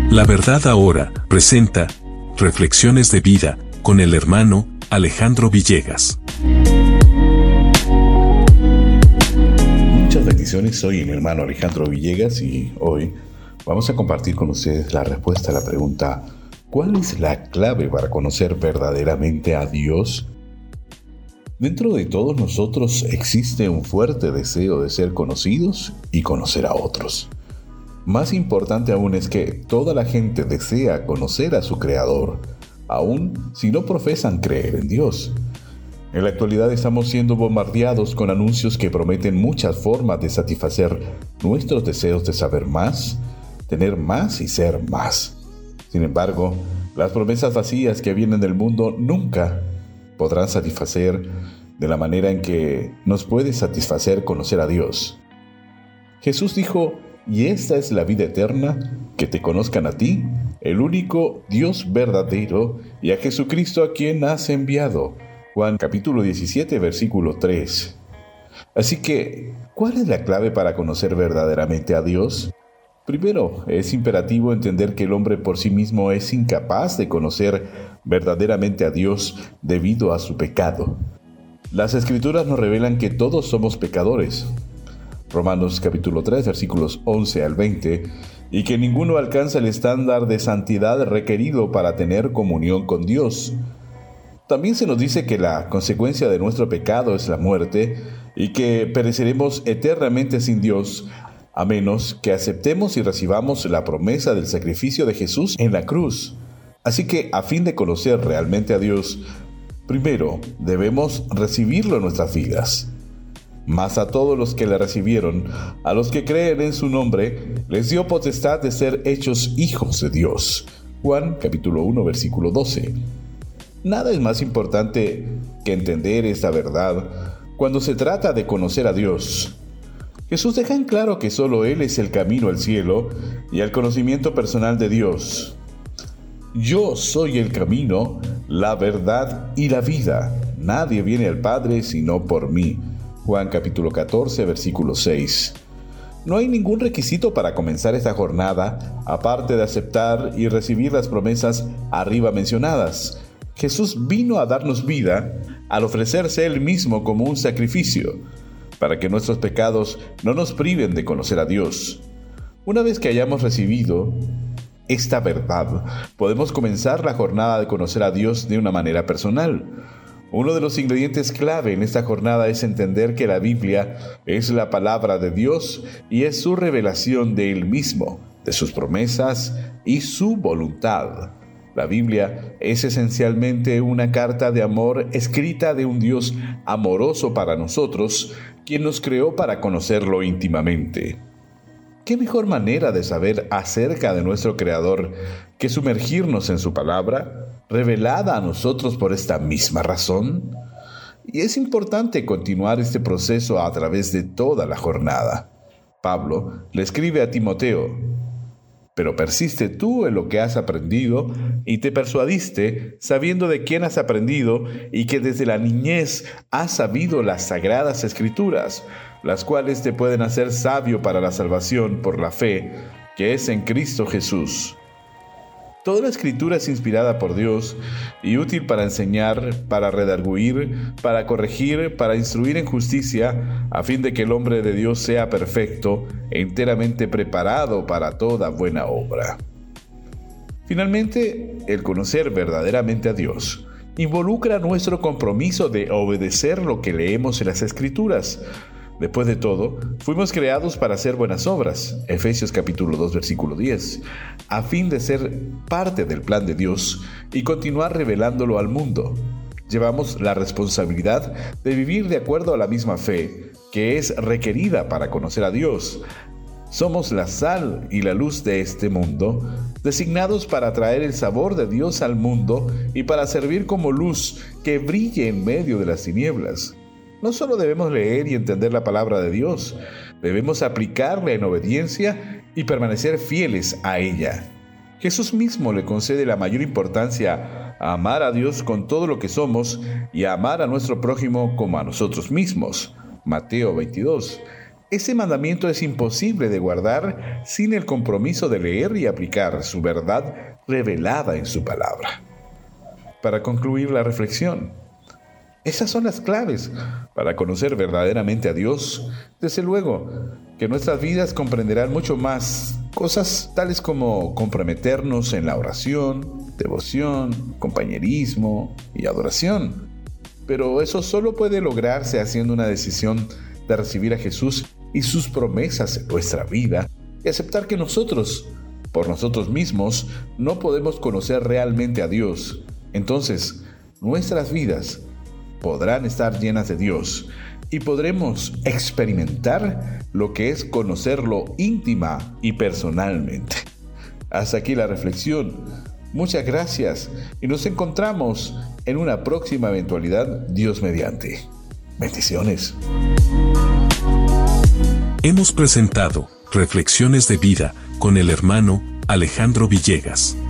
La Verdad Ahora presenta Reflexiones de Vida con el hermano Alejandro Villegas. Muchas bendiciones, soy el hermano Alejandro Villegas y hoy vamos a compartir con ustedes la respuesta a la pregunta: ¿cuál es la clave para conocer verdaderamente a Dios? Dentro de todos nosotros existe un fuerte deseo de ser conocidos y conocer a otros. Más importante aún es que toda la gente desea conocer a su Creador, aun si no profesan creer en Dios. En la actualidad estamos siendo bombardeados con anuncios que prometen muchas formas de satisfacer nuestros deseos de saber más, tener más y ser más. Sin embargo, las promesas vacías que vienen del mundo nunca podrán satisfacer de la manera en que nos puede satisfacer conocer a Dios. Jesús dijo: y esta es la vida eterna, que te conozcan a ti, el único Dios verdadero, y a Jesucristo a quien has enviado. Juan capítulo 17, versículo 3. Así que, ¿cuál es la clave para conocer verdaderamente a Dios? Primero, es imperativo entender que el hombre por sí mismo es incapaz de conocer verdaderamente a Dios debido a su pecado. Las Escrituras nos revelan que todos somos pecadores. Romanos capítulo 3, versículos 11 al 20, y que ninguno alcanza el estándar de santidad requerido para tener comunión con Dios. También se nos dice que la consecuencia de nuestro pecado es la muerte y que pereceremos eternamente sin Dios, a menos que aceptemos y recibamos la promesa del sacrificio de Jesús en la cruz. Así que, a fin de conocer realmente a Dios, primero debemos recibirlo en nuestras vidas. Mas a todos los que le recibieron, a los que creen en su nombre, les dio potestad de ser hechos hijos de Dios. Juan capítulo 1, versículo 12. Nada es más importante que entender esta verdad cuando se trata de conocer a Dios. Jesús deja en claro que solo Él es el camino al cielo y al conocimiento personal de Dios. Yo soy el camino, la verdad y la vida. Nadie viene al Padre sino por mí. Juan capítulo 14, versículo 6. No hay ningún requisito para comenzar esta jornada, aparte de aceptar y recibir las promesas arriba mencionadas. Jesús vino a darnos vida al ofrecerse Él mismo como un sacrificio, para que nuestros pecados no nos priven de conocer a Dios. Una vez que hayamos recibido esta verdad, podemos comenzar la jornada de conocer a Dios de una manera personal. Uno de los ingredientes clave en esta jornada es entender que la Biblia es la palabra de Dios y es su revelación de Él mismo, de sus promesas y su voluntad. La Biblia es esencialmente una carta de amor escrita de un Dios amoroso para nosotros, quien nos creó para conocerlo íntimamente. ¿Qué mejor manera de saber acerca de nuestro Creador que sumergirnos en su palabra, revelada a nosotros por esta misma razón? Y es importante continuar este proceso a través de toda la jornada. Pablo le escribe a Timoteo: pero persiste tú en lo que has aprendido y te persuadiste, sabiendo de quién has aprendido y que desde la niñez has sabido las sagradas Escrituras, las cuales te pueden hacer sabio para la salvación por la fe que es en Cristo Jesús. Toda la Escritura es inspirada por Dios y útil para enseñar, para redarguir, para corregir, para instruir en justicia, a fin de que el hombre de Dios sea perfecto e enteramente preparado para toda buena obra. Finalmente, el conocer verdaderamente a Dios involucra nuestro compromiso de obedecer lo que leemos en las Escrituras. Después de todo, fuimos creados para hacer buenas obras, Efesios capítulo 2, versículo 10, a fin de ser parte del plan de Dios y continuar revelándolo al mundo. Llevamos la responsabilidad de vivir de acuerdo a la misma fe que es requerida para conocer a Dios. Somos la sal y la luz de este mundo, designados para traer el sabor de Dios al mundo y para servir como luz que brille en medio de las tinieblas. No solo debemos leer y entender la palabra de Dios, debemos aplicarla en obediencia y permanecer fieles a ella. Jesús mismo le concede la mayor importancia a amar a Dios con todo lo que somos y a amar a nuestro prójimo como a nosotros mismos. Mateo 22. Ese mandamiento es imposible de guardar sin el compromiso de leer y aplicar su verdad revelada en su palabra. Para concluir la reflexión, esas son las claves para conocer verdaderamente a Dios. Desde luego que nuestras vidas comprenderán mucho más cosas tales como comprometernos en la oración, devoción, compañerismo y adoración. Pero eso solo puede lograrse haciendo una decisión de recibir a Jesús y sus promesas en nuestra vida y aceptar que nosotros, por nosotros mismos, no podemos conocer realmente a Dios. Entonces, nuestras vidas podrán estar llenas de Dios y podremos experimentar lo que es conocerlo íntima y personalmente. Hasta aquí la reflexión. Muchas gracias y nos encontramos en una próxima eventualidad, Dios mediante. Bendiciones. Hemos presentado Reflexiones de Vida con el hermano Alejandro Villegas.